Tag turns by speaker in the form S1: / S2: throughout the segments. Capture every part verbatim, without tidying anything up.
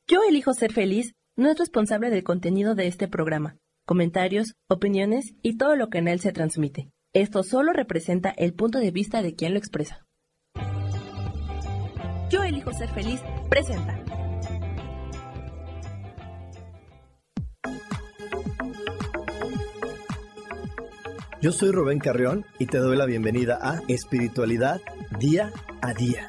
S1: Yo elijo ser feliz no es responsable del contenido de este programa, comentarios, opiniones y todo lo que en él se transmite. Esto solo representa el punto de vista de quien lo expresa. Yo elijo ser feliz presenta.
S2: Yo soy Rubén Carrión y te doy la bienvenida a Espiritualidad Día a Día.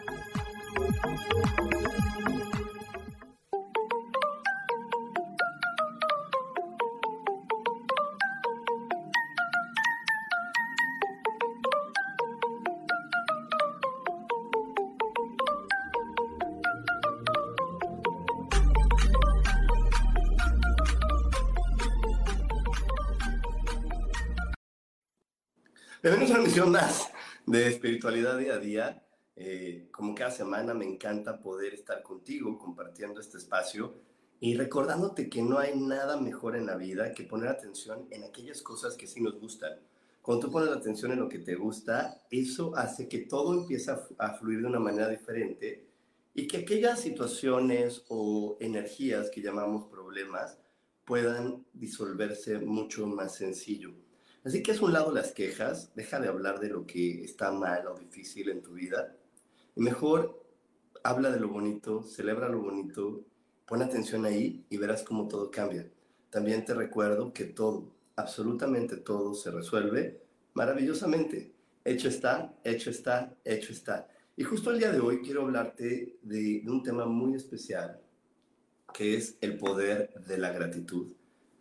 S3: Bienvenidos a una emisión más de Espiritualidad Día a Día. Eh, como cada semana me encanta poder estar contigo compartiendo este espacio y recordándote que no hay nada mejor en la vida que poner atención en aquellas cosas que sí nos gustan. Cuando tú pones atención en lo que te gusta, eso hace que todo empiece a, a fluir de una manera diferente y que aquellas situaciones o energías que llamamos problemas puedan disolverse mucho más sencillo. Así que es un lado las quejas, deja de hablar de lo que está mal o difícil en tu vida y mejor habla de lo bonito, celebra lo bonito, pon atención ahí y verás cómo todo cambia. También te recuerdo que todo, absolutamente todo se resuelve maravillosamente. Hecho está, hecho está, hecho está. Y justo el día de hoy quiero hablarte de, de un tema muy especial que es el poder de la gratitud.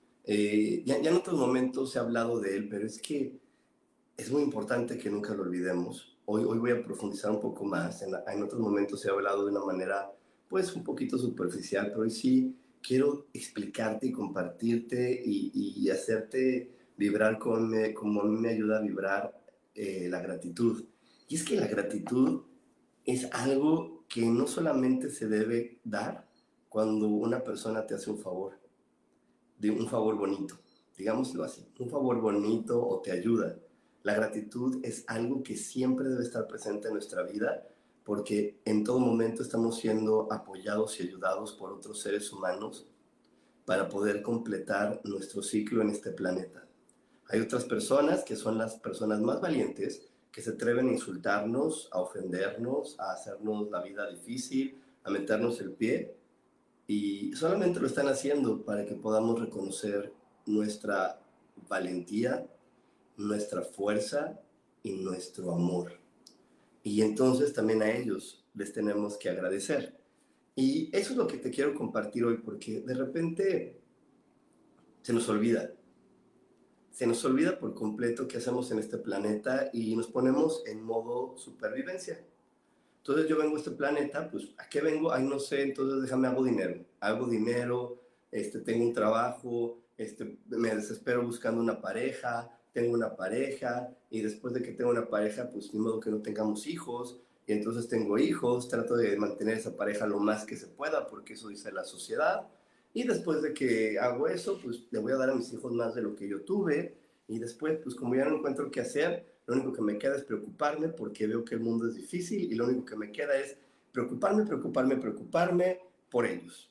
S3: Eh, ya, ya en otros momentos se ha hablado de él, pero es que es muy importante que nunca lo olvidemos. Hoy, hoy voy a profundizar un poco más. En, la, en otros momentos se ha hablado de una manera, pues, un poquito superficial, pero hoy sí quiero explicarte y compartirte y, y hacerte vibrar con, eh, como a mí me ayuda a vibrar eh, la gratitud. Y es que la gratitud es algo que no solamente se debe dar cuando una persona te hace un favor, de un favor bonito, digámoslo así, un favor bonito o te ayuda. La gratitud es algo que siempre debe estar presente en nuestra vida porque en todo momento estamos siendo apoyados y ayudados por otros seres humanos para poder completar nuestro ciclo en este planeta. Hay otras personas que son las personas más valientes que se atreven a insultarnos, a ofendernos, a hacernos la vida difícil, a meternos el pie. Y solamente lo están haciendo para que podamos reconocer nuestra valentía, nuestra fuerza y nuestro amor. Y entonces también a ellos les tenemos que agradecer. Y eso es lo que te quiero compartir hoy, porque de repente se nos olvida. Se nos olvida por completo qué hacemos en este planeta y nos ponemos en modo supervivencia. Entonces yo vengo a este planeta, pues ¿a qué vengo? Ay, no sé, entonces déjame, hago dinero. Hago dinero, este, tengo un trabajo, este, me desespero buscando una pareja, tengo una pareja, y después de que tengo una pareja, pues ni modo que no tengamos hijos, y entonces tengo hijos, trato de mantener esa pareja lo más que se pueda, porque eso dice la sociedad, y después de que hago eso, pues le voy a dar a mis hijos más de lo que yo tuve, y después, pues como ya no encuentro qué hacer, lo único que me queda es preocuparme porque veo que el mundo es difícil y lo único que me queda es preocuparme, preocuparme, preocuparme por ellos.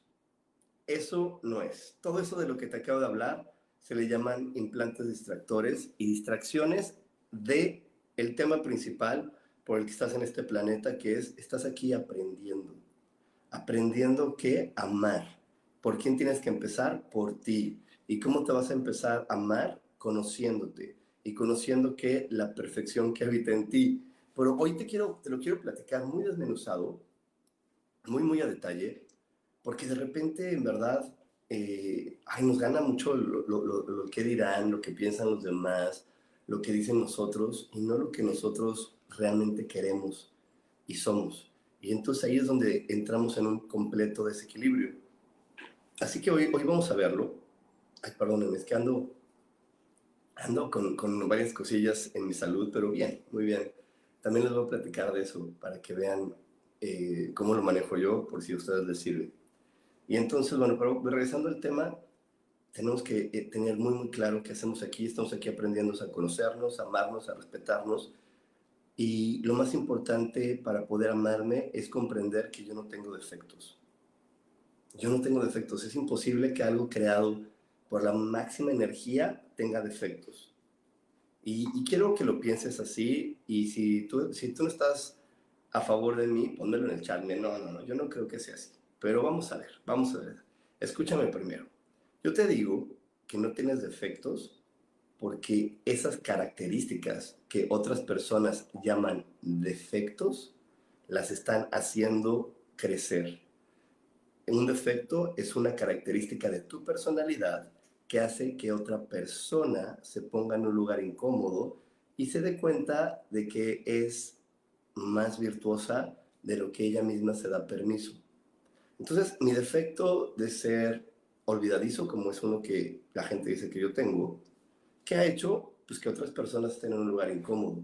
S3: Eso no es. Todo eso de lo que te acabo de hablar se le llaman implantes distractores y distracciones de el tema principal por el que estás en este planeta, que es, estás aquí aprendiendo. Aprendiendo qué amar. ¿Por quién tienes que empezar? Por ti. ¿Y cómo te vas a empezar a amar? Conociéndote y conociendo que la perfección que habita en ti. Pero hoy te, quiero, te lo quiero platicar muy desmenuzado, muy, muy a detalle, porque de repente, en verdad, eh, ay, nos gana mucho lo, lo, lo, lo que dirán, lo que piensan los demás, lo que dicen nosotros, y no lo que nosotros realmente queremos y somos. Y entonces ahí es donde entramos en un completo desequilibrio. Así que hoy, hoy vamos a verlo. Ay, perdónenme, es que ando... Ando con, con varias cosillas en mi salud, pero bien, muy bien. También les voy a platicar de eso para que vean eh, cómo lo manejo yo, por si a ustedes les sirve. Y entonces, bueno, pero regresando al tema, tenemos que eh, tener muy, muy claro qué hacemos aquí. Estamos aquí aprendiendo a conocernos, a amarnos, a respetarnos. Y lo más importante para poder amarme es comprender que yo no tengo defectos. Yo no tengo defectos. Es imposible que algo creado por la máxima energía tenga defectos. Y, y quiero que lo pienses así. Y si tú, si tú no estás a favor de mí, ponmelo en el chat. No, no, no, yo no creo que sea así. Pero vamos a ver, vamos a ver. Escúchame primero. Yo te digo que no tienes defectos porque esas características que otras personas llaman defectos las están haciendo crecer. Un defecto es una característica de tu personalidad que hace que otra persona se ponga en un lugar incómodo y se dé cuenta de que es más virtuosa de lo que ella misma se da permiso. Entonces, mi defecto de ser olvidadizo, como es uno que la gente dice que yo tengo, ¿qué ha hecho? Pues que otras personas estén en un lugar incómodo,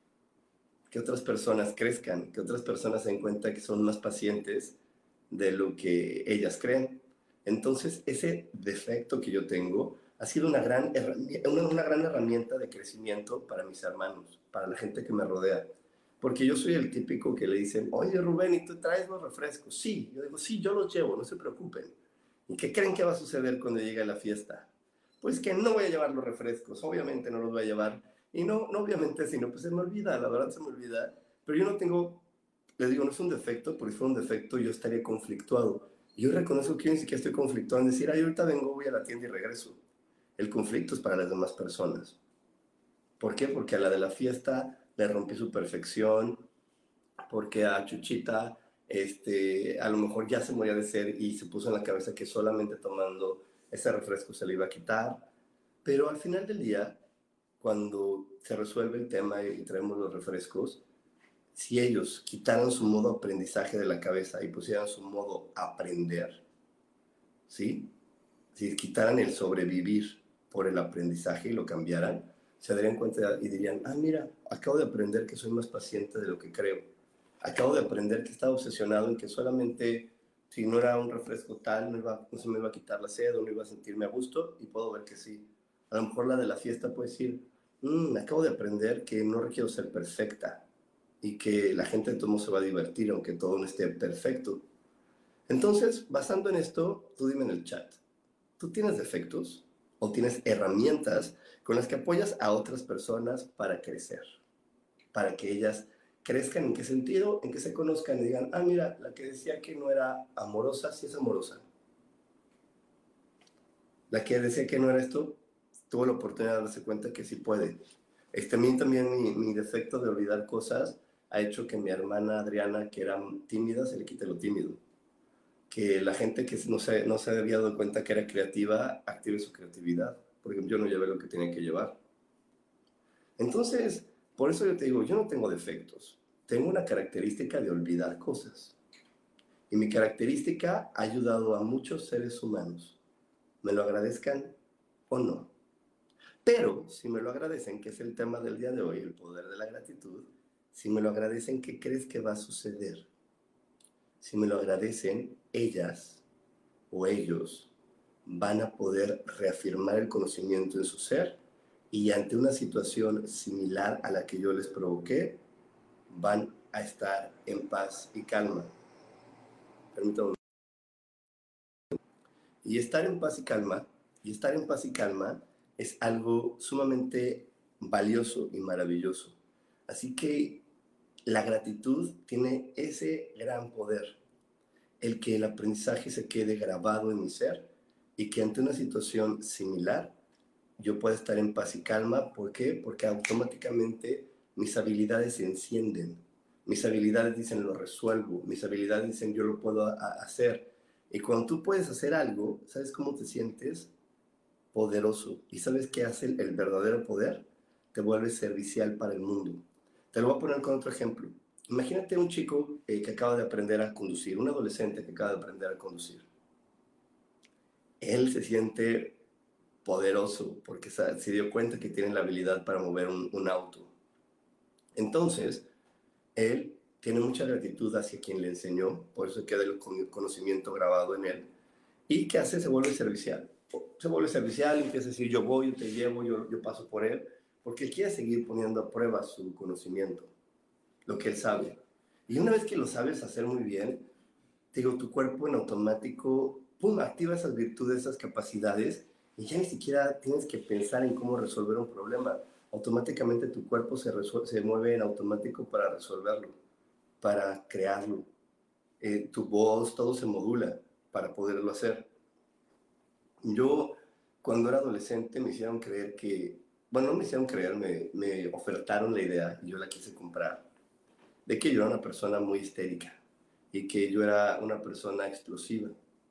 S3: que otras personas crezcan, que otras personas se den cuenta que son más pacientes de lo que ellas creen. Entonces, ese defecto que yo tengo ha sido una gran, una, una gran herramienta de crecimiento para mis hermanos, para la gente que me rodea. Porque yo soy el típico que le dicen, oye Rubén, ¿y tú traes los refrescos? Sí, yo digo, sí, yo los llevo, no se preocupen. ¿Y qué creen que va a suceder cuando llegue la fiesta? Pues que no voy a llevar los refrescos, obviamente no los voy a llevar. Y no, no obviamente, sino pues se me olvida, la verdad se me olvida. Pero yo no tengo, les digo, no es un defecto, porque si fuera un defecto yo estaría conflictuado. Yo reconozco que yo ni siquiera estoy conflictuado en decir, ay, ahorita vengo, voy a la tienda y regreso. El conflicto es para las demás personas. ¿Por qué? Porque a la de la fiesta le rompí su perfección, porque a Chuchita este, a lo mejor ya se moría de sed y se puso en la cabeza que solamente tomando ese refresco se le iba a quitar. Pero al final del día, cuando se resuelve el tema y traemos los refrescos, si ellos quitaran su modo aprendizaje de la cabeza y pusieran su modo aprender, ¿sí? Si quitaran el sobrevivir por el aprendizaje y lo cambiaran, se darían cuenta y dirían, ah, mira, acabo de aprender que soy más paciente de lo que creo. Acabo de aprender que estaba obsesionado en que solamente si no era un refresco tal, no, iba, no se me iba a quitar la sed o no iba a sentirme a gusto, y puedo ver que sí. A lo mejor la de la fiesta puede decir, mmm, acabo de aprender que no requiero ser perfecta y que la gente de todo modo se va a divertir aunque todo no esté perfecto. Entonces, basando en esto, tú dime en el chat, ¿tú tienes defectos o tienes herramientas con las que apoyas a otras personas para crecer? Para que ellas crezcan. ¿En qué sentido? En que se conozcan y digan, ah, mira, la que decía que no era amorosa, sí es amorosa. La que decía que no era esto, tuvo la oportunidad de darse cuenta que sí puede. Este, a mí también mi, mi defecto de olvidar cosas ha hecho que mi hermana Adriana, que era tímida, se le quite lo tímido. Que la gente que no se, no se había dado cuenta que era creativa, active su creatividad. Porque yo no llevé lo que tenía que llevar. Entonces, por eso yo te digo, yo no tengo defectos. Tengo una característica de olvidar cosas. Y mi característica ha ayudado a muchos seres humanos. Me lo agradezcan o no. Pero si me lo agradecen, que es el tema del día de hoy, el poder de la gratitud, si me lo agradecen, ¿qué crees que va a suceder? Si me lo agradecen, ellas o ellos van a poder reafirmar el conocimiento en su ser y ante una situación similar a la que yo les provoqué, van a estar en paz y calma. Permítame. Y estar en paz y calma, y estar en paz y calma es algo sumamente valioso y maravilloso. Así que la gratitud tiene ese gran poder, el que el aprendizaje se quede grabado en mi ser y que ante una situación similar yo pueda estar en paz y calma. ¿Por qué? Porque automáticamente mis habilidades se encienden. Mis habilidades dicen lo resuelvo. Mis habilidades dicen yo lo puedo hacer. Y cuando tú puedes hacer algo, ¿sabes cómo te sientes? Poderoso. ¿Y sabes qué hace el, el verdadero poder? Te vuelves servicial para el mundo. Te lo voy a poner con otro ejemplo. Imagínate un chico eh, que acaba de aprender a conducir, un adolescente que acaba de aprender a conducir. Él se siente poderoso porque se dio cuenta que tiene la habilidad para mover un, un auto. Entonces, él tiene mucha gratitud hacia quien le enseñó, por eso queda el conocimiento grabado en él. ¿Y qué hace? Se vuelve servicial. Se vuelve servicial y empieza a decir, yo voy, yo te llevo, yo, yo paso por él, porque él quiere seguir poniendo a prueba su conocimiento, lo que él sabe. Y una vez que lo sabes hacer muy bien, te digo, tu cuerpo en automático, pum, activa esas virtudes, esas capacidades, y ya ni siquiera tienes que pensar en cómo resolver un problema. Automáticamente tu cuerpo se, se mueve en automático para resolverlo, para crearlo. Eh, tu voz, todo se modula para poderlo hacer. Yo, cuando era adolescente, me hicieron creer que, bueno, no me hicieron creer, me, me ofertaron la idea, y yo la quise comprar, de que yo era una persona muy histérica, y que yo era una persona explosiva.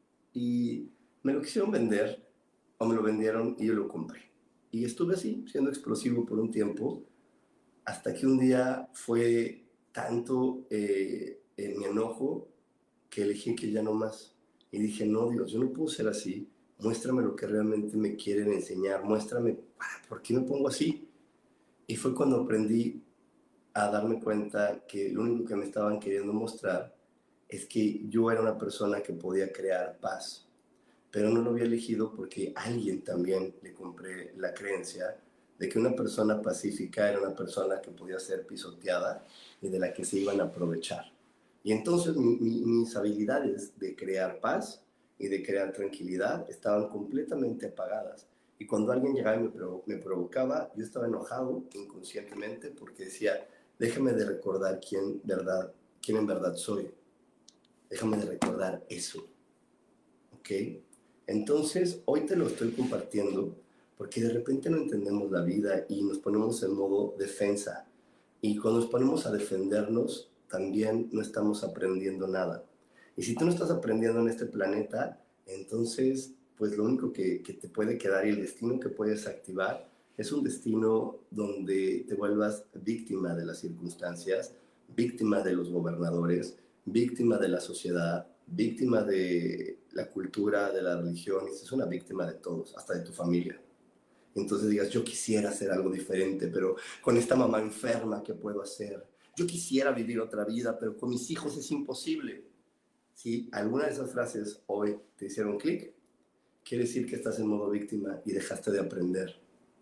S3: Y me lo quisieron vender, o me lo vendieron, y yo lo compré. Y estuve así, siendo explosivo por un tiempo, hasta que un día fue tanto eh, en mi enojo que elegí que ya no más. Y dije, no, Dios, yo no puedo ser así. Muéstrame lo que realmente me quieren enseñar. Muéstrame, ¿por qué me pongo así? Y fue cuando aprendí a darme cuenta que lo único que me estaban queriendo mostrar es que yo era una persona que podía crear paz. Pero no lo había elegido porque a alguien también le compré la creencia de que una persona pacífica era una persona que podía ser pisoteada y de la que se iban a aprovechar. Y entonces mi, mi, mis habilidades de crear paz y de crear tranquilidad estaban completamente apagadas. Y cuando alguien llegaba y me, provo me provocaba, yo estaba enojado inconscientemente porque decía, déjame de recordar quién, verdad, quién en verdad soy. Déjame de recordar eso. ¿Ok? Entonces, hoy te lo estoy compartiendo porque de repente no entendemos la vida y nos ponemos en modo defensa. Y cuando nos ponemos a defendernos, también no estamos aprendiendo nada. Y si tú no estás aprendiendo en este planeta, entonces, pues lo único que, que te puede quedar y el destino que puedes activar es un destino donde te vuelvas víctima de las circunstancias, víctima de los gobernadores, víctima de la sociedad, víctima de la cultura, de la religión, y es una víctima de todos, hasta de tu familia. Entonces digas, yo quisiera hacer algo diferente, pero con esta mamá enferma, ¿qué puedo hacer? Yo quisiera vivir otra vida, pero con mis hijos es imposible. Si alguna de esas frases hoy te hicieron clic, quiere decir que estás en modo víctima y dejaste de aprender.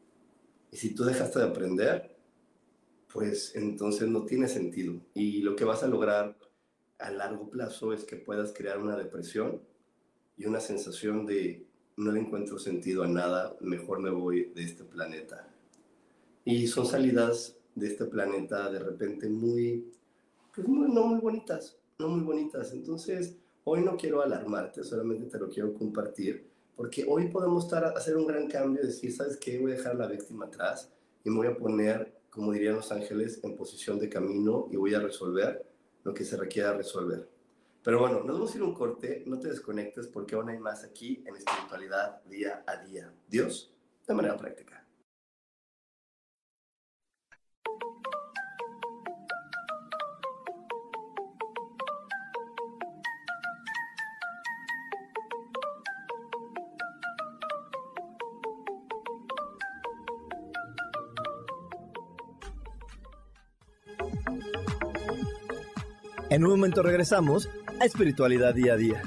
S3: Y si tú dejaste de aprender, pues entonces no tiene sentido. Y lo que vas a lograr a largo plazo es que puedas crear una depresión y una sensación de no le encuentro sentido a nada, mejor me voy de este planeta. Y son salidas de este planeta de repente muy, pues muy, no muy bonitas, no muy bonitas. Entonces, hoy no quiero alarmarte, solamente te lo quiero compartir, porque hoy podemos estar, hacer un gran cambio y decir, ¿sabes qué? Voy a dejar a la víctima atrás y me voy a poner, como dirían los ángeles, en posición de camino y voy a resolver lo que se requiera resolver. Pero bueno, nos vamos a ir a un corte, no te desconectes porque aún hay más aquí en Espiritualidad Día a Día. Dios, de manera práctica.
S2: En un momento regresamos a Espiritualidad Día a Día.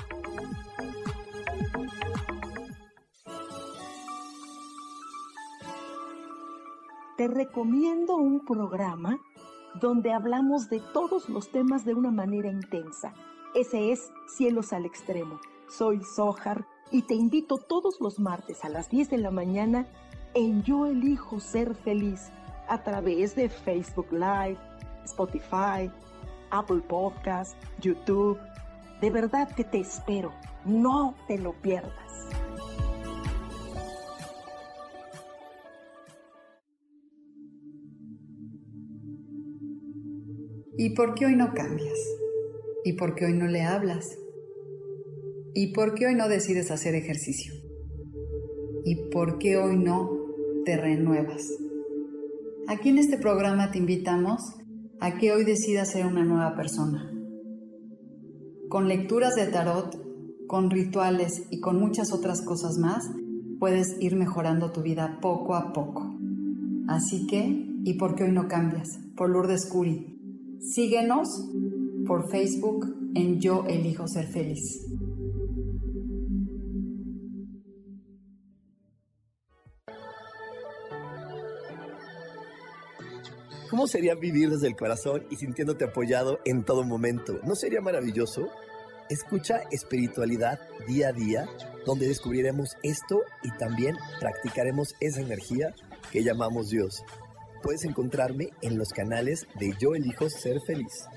S4: Te recomiendo un programa donde hablamos de todos los temas de una manera intensa. Ese es Cielos al Extremo. Soy Sohar y te invito todos los martes a las diez de la mañana en Yo Elijo Ser Feliz a través de Facebook Live, Spotify, Apple Podcast, YouTube. De verdad que te espero. No te lo pierdas.
S5: ¿Y por qué hoy no cambias? ¿Y por qué hoy no le hablas? ¿Y por qué hoy no decides hacer ejercicio? ¿Y por qué hoy no te renuevas? Aquí en este programa te invitamos a que hoy decidas ser una nueva persona. Con lecturas de tarot, con rituales y con muchas otras cosas más, puedes ir mejorando tu vida poco a poco. Así que, ¿y por qué hoy no cambias? Por Lourdes Curi. Síguenos por Facebook en Yo Elijo Ser Feliz.
S2: ¿Cómo sería vivir desde el corazón y sintiéndote apoyado en todo momento? ¿No sería maravilloso? Escucha Espiritualidad Día a Día, donde descubriremos esto y también practicaremos esa energía que llamamos Dios. Puedes encontrarme en los canales de Yo Elijo Ser Feliz.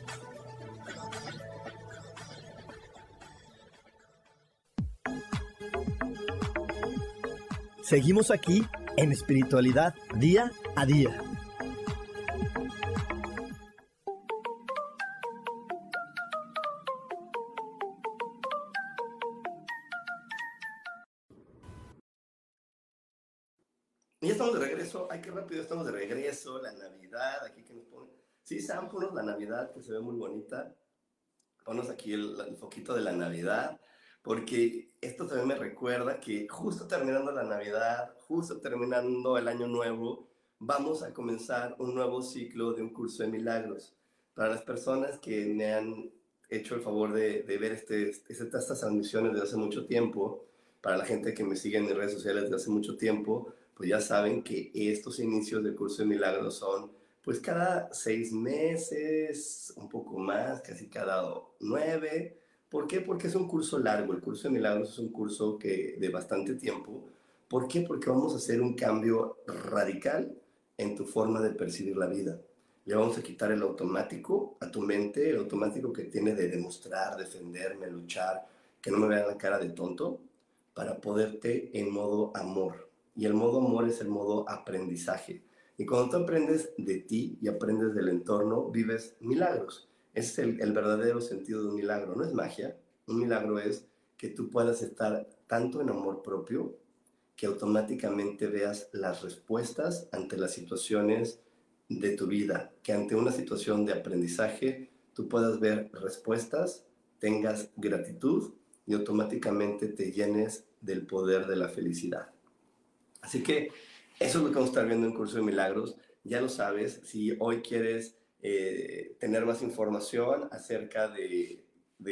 S2: Seguimos aquí en Espiritualidad Día a Día.
S3: Y ya estamos de regreso. Ay, qué rápido estamos de regreso. La Navidad, aquí que nos ponen. Sí, Sam, ponos la Navidad, que se ve muy bonita. Ponos aquí el, el foquito de la Navidad, porque esto también me recuerda que justo terminando la Navidad, justo terminando el Año Nuevo, vamos a comenzar un nuevo ciclo de un curso de milagros. Para las personas que me han hecho el favor de, de ver este, este, estas transmisiones desde hace mucho tiempo, para la gente que me sigue en mis redes sociales desde hace mucho tiempo, pues ya saben que estos inicios del curso de milagros son pues cada seis meses, un poco más, casi cada nueve. ¿Por qué? Porque es un curso largo. El curso de milagros es un curso que, de bastante tiempo. ¿Por qué? Porque vamos a hacer un cambio radical en tu forma de percibir la vida. Le vamos a quitar el automático a tu mente, el automático que tiene de demostrar, defenderme, luchar, que no me vean la cara de tonto, para poderte en modo amor. Y el modo amor es el modo aprendizaje. Y cuando tú aprendes de ti y aprendes del entorno, vives milagros. Ese es el, el verdadero sentido de un milagro. No es magia. Un milagro es que tú puedas estar tanto en amor propio que automáticamente veas las respuestas ante las situaciones de tu vida. Que ante una situación de aprendizaje tú puedas ver respuestas, tengas gratitud y automáticamente te llenes del poder de la felicidad. Así que eso es lo que vamos a estar viendo en Curso de Milagros. Ya lo sabes, si hoy quieres eh, tener más información acerca de,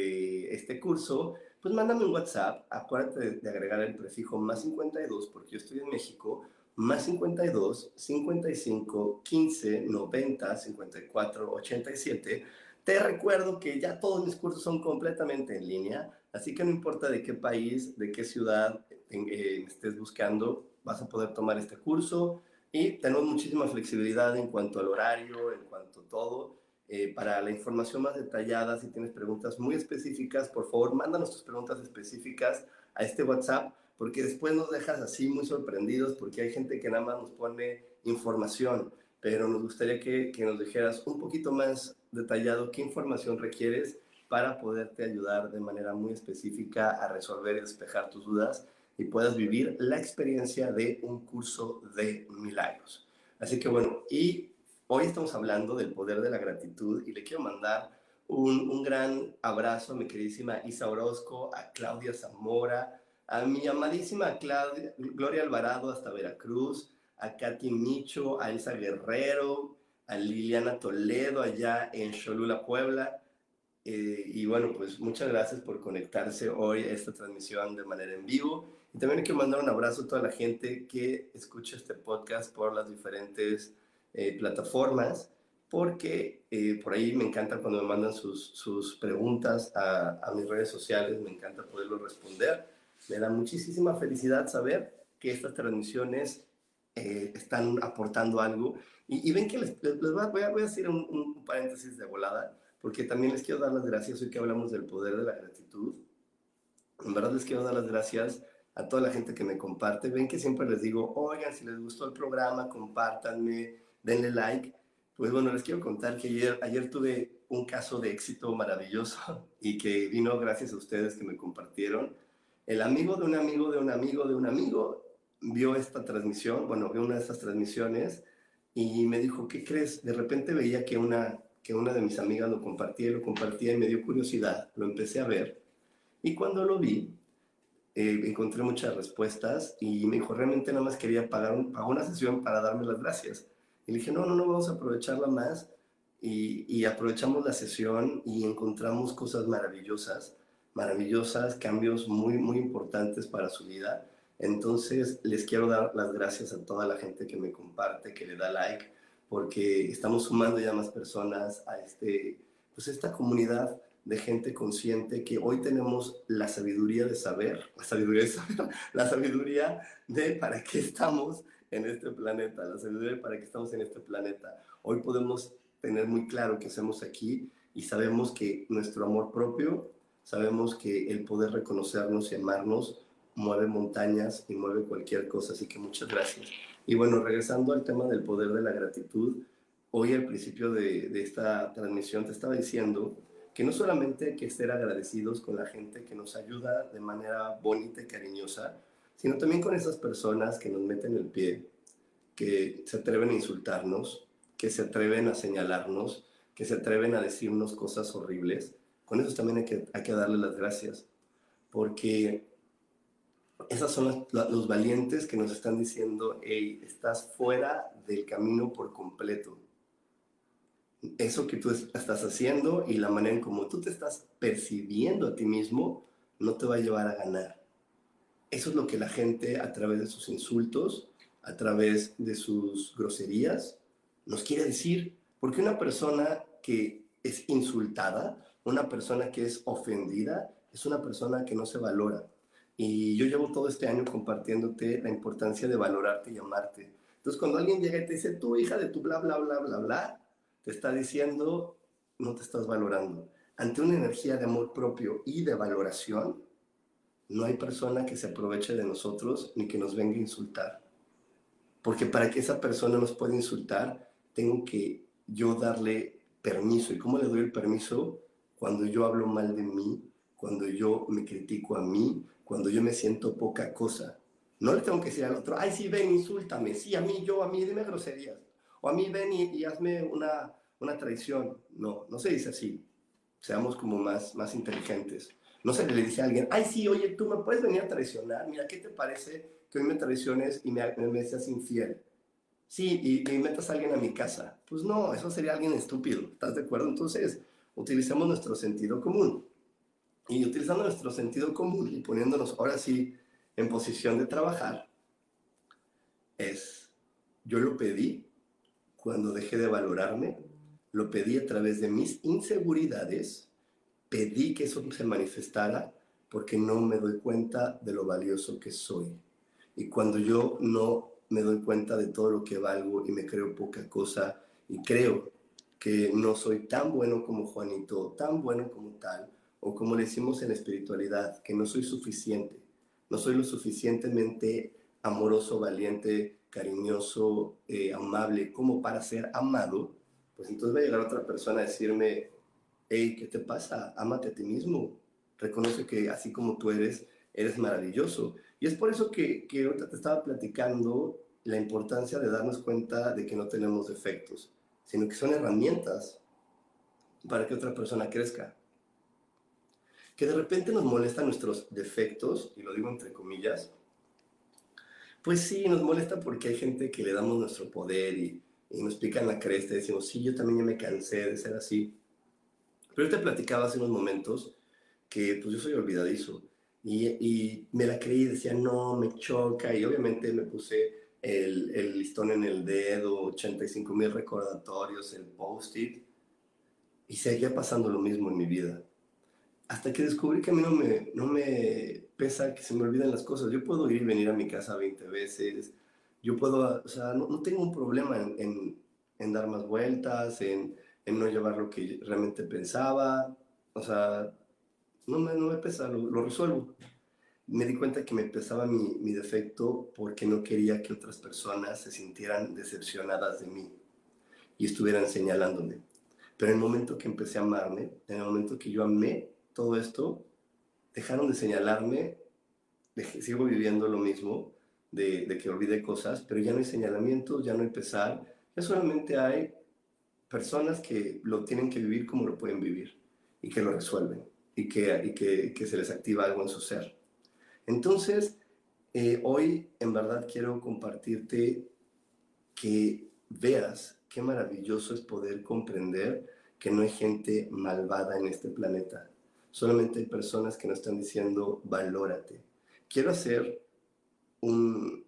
S3: de este curso, pues mándame un WhatsApp. Acuérdate de, de agregar el prefijo más cincuenta y dos, porque yo estoy en México, más cincuenta y dos, cincuenta y cinco, quince, noventa, cincuenta y cuatro, ochenta y siete. Te recuerdo que ya todos mis cursos son completamente en línea, así que no importa de qué país, de qué ciudad eh, estés buscando, vas a poder tomar este curso y tenemos muchísima flexibilidad en cuanto al horario, en cuanto a todo. Eh, para la información más detallada, si tienes preguntas muy específicas, por favor, mándanos tus preguntas específicas a este WhatsApp, porque después nos dejas así muy sorprendidos, porque hay gente que nada más nos pone información, pero nos gustaría que, que nos dijeras un poquito más detallado qué información requieres para poderte ayudar de manera muy específica a resolver y despejar tus dudas y puedas vivir la experiencia de un curso de milagros. Así que bueno, y hoy estamos hablando del poder de la gratitud y le quiero mandar un, un gran abrazo a mi queridísima Isa Orozco, a Claudia Zamora, a mi amadísima Claudia, Gloria Alvarado hasta Veracruz, a Katy Micho, a Elsa Guerrero, a Liliana Toledo allá en Cholula, Puebla. Eh, y bueno, pues muchas gracias por conectarse hoy a esta transmisión de manera en vivo. Y también quiero mandar un abrazo a toda la gente que escucha este podcast por las diferentes eh, plataformas, porque eh, por ahí me encanta cuando me mandan sus, sus preguntas a, a mis redes sociales, me encanta poderlos responder. Me da muchísima felicidad saber que estas transmisiones eh, están aportando algo. Y, y ven que les, les voy, a, voy, a, voy a hacer un, un paréntesis de volada, porque también les quiero dar las gracias hoy que hablamos del poder de la gratitud. En verdad les quiero dar las gracias a toda la gente que me comparte. Ven que siempre les digo, oigan, si les gustó el programa, compártanme, denle like. Pues bueno, les quiero contar que ayer, ayer tuve un caso de éxito maravilloso y que vino gracias a ustedes que me compartieron. El amigo de un amigo de un amigo de un amigo vio esta transmisión, bueno, vio una de estas transmisiones y me dijo, ¿qué crees? De repente veía que una, que una de mis amigas lo compartía y lo compartía y me dio curiosidad, lo empecé a ver. Y cuando lo vi, eh, encontré muchas respuestas y me dijo, realmente nada más quería pagar un, pagar una sesión para darme las gracias. Y le dije, no, no, no, vamos a aprovecharla más. Y, y aprovechamos la sesión y encontramos cosas maravillosas, maravillosas, cambios muy, muy importantes para su vida. Entonces, les quiero dar las gracias a toda la gente que me comparte, que le da like, porque estamos sumando ya más personas a este, pues esta comunidad de gente consciente que hoy tenemos la sabiduría de saber, la sabiduría de saber, la sabiduría de para qué estamos en este planeta, la sabiduría de para qué estamos en este planeta. Hoy podemos tener muy claro qué hacemos aquí y sabemos que nuestro amor propio, sabemos que el poder reconocernos y amarnos mueve montañas y mueve cualquier cosa, así que muchas gracias. Y bueno, regresando al tema del poder de la gratitud, hoy al principio de, de esta transmisión te estaba diciendo que no solamente hay que ser agradecidos con la gente que nos ayuda de manera bonita y cariñosa, sino también con esas personas que nos meten el pie, que se atreven a insultarnos, que se atreven a señalarnos, que se atreven a decirnos cosas horribles. Con eso también hay que, hay que darle las gracias, porque esas son las, los valientes que nos están diciendo, hey, estás fuera del camino por completo. Eso que tú estás haciendo y la manera en cómo tú te estás percibiendo a ti mismo no te va a llevar a ganar. Eso es lo que la gente, a través de sus insultos, a través de sus groserías, nos quiere decir. Porque una persona que es insultada, una persona que es ofendida, es una persona que no se valora. Y yo llevo todo este año compartiéndote la importancia de valorarte y amarte. Entonces, cuando alguien llega y te dice, tú, hija de tu bla, bla, bla, bla, bla, te está diciendo, no te estás valorando. Ante una energía de amor propio y de valoración, no hay persona que se aproveche de nosotros ni que nos venga a insultar. Porque para que esa persona nos pueda insultar, tengo que yo darle permiso. ¿Y cómo le doy el permiso? Cuando yo hablo mal de mí, cuando yo me critico a mí, cuando yo me siento poca cosa. No le tengo que decir al otro, ay, sí, ven, insúltame. Sí, a mí, yo, a mí, dime groserías. O a mí, ven y, y hazme una, una traición. No, no se dice así. Seamos como más, más inteligentes. No se le dice a alguien, ay, sí, oye, tú me puedes venir a traicionar. Mira, ¿qué te parece que hoy me traiciones y me, me seas infiel? Sí, y, y metas a alguien a mi casa. Pues no, eso sería alguien estúpido. ¿Estás de acuerdo? Entonces, utilicemos nuestro sentido común. Y utilizando nuestro sentido común y poniéndonos ahora sí en posición de trabajar, es, yo lo pedí cuando dejé de valorarme, lo pedí a través de mis inseguridades, pedí que eso se manifestara porque no me doy cuenta de lo valioso que soy. Y cuando yo no me doy cuenta de todo lo que valgo y me creo poca cosa y creo que no soy tan bueno como Juanito, tan bueno como tal, o como le decimos en la espiritualidad, que no soy suficiente, no soy lo suficientemente amoroso, valiente, cariñoso, eh, amable, como para ser amado, pues entonces va a llegar otra persona a decirme, hey, ¿qué te pasa? Ámate a ti mismo, reconoce que así como tú eres, eres maravilloso. Y es por eso que, que ahorita te estaba platicando la importancia de darnos cuenta de que no tenemos defectos, sino que son herramientas para que otra persona crezca. Que de repente nos molestan nuestros defectos, y lo digo entre comillas, pues sí, nos molesta porque hay gente que le damos nuestro poder y, y nos pican la cresta y decimos, sí, yo también ya me cansé de ser así. Pero yo te platicaba hace unos momentos que pues yo soy olvidadizo y, y me la creí y decía, no, me choca, y obviamente me puse el, el listón en el dedo, ochenta y cinco mil recordatorios, el post-it, y seguía pasando lo mismo en mi vida. Hasta que descubrí que a mí no me, no me pesa que se me olviden las cosas. Yo puedo ir y venir a mi casa veinte veces. Yo puedo, o sea, no, no tengo un problema en, en, en dar más vueltas, en, en no llevar lo que realmente pensaba. O sea, no me, no me pesa, lo, lo resuelvo. Me di cuenta que me pesaba mi, mi defecto porque no quería que otras personas se sintieran decepcionadas de mí y estuvieran señalándome. Pero en el momento que empecé a amarme, en el momento que yo amé todo esto, dejaron de señalarme, de, sigo viviendo lo mismo, de, de que olvidé cosas, pero ya no hay señalamientos, ya no hay pesar, ya solamente hay personas que lo tienen que vivir como lo pueden vivir y que lo resuelven y que, y que, que se les activa algo en su ser. Entonces, eh, hoy en verdad quiero compartirte que veas qué maravilloso es poder comprender que no hay gente malvada en este planeta. Solamente hay personas que nos están diciendo, valórate. Quiero hacer un,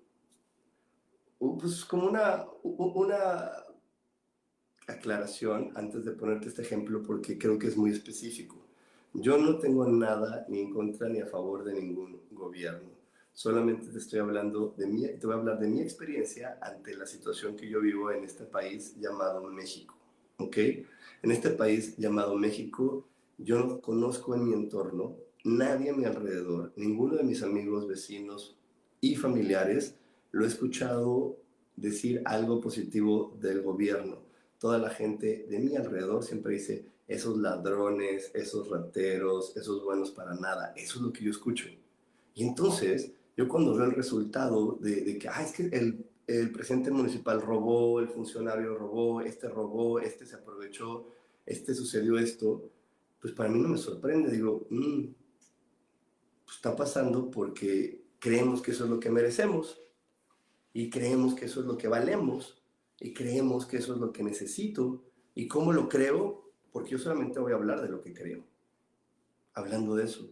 S3: un pues como una, una aclaración antes de ponerte este ejemplo porque creo que es muy específico. Yo no tengo nada ni en contra ni a favor de ningún gobierno. Solamente te estoy hablando de mi, te voy a hablar de mi experiencia ante la situación que yo vivo en este país llamado México, ¿ok? En este país llamado México, yo no conozco en mi entorno, nadie a mi alrededor, ninguno de mis amigos, vecinos y familiares lo he escuchado decir algo positivo del gobierno. Toda la gente de mi alrededor siempre dice, esos ladrones, esos rateros, esos buenos para nada. Eso es lo que yo escucho. Y entonces, yo cuando veo el resultado de, de que, ah, es que el, el presidente municipal robó, el funcionario robó, este robó, este se aprovechó, este sucedió esto, pues para mí no me sorprende. Digo, mmm, pues está pasando porque creemos que eso es lo que merecemos y creemos que eso es lo que valemos y creemos que eso es lo que necesito. ¿Y cómo lo creo? Porque yo solamente voy a hablar de lo que creo, hablando de eso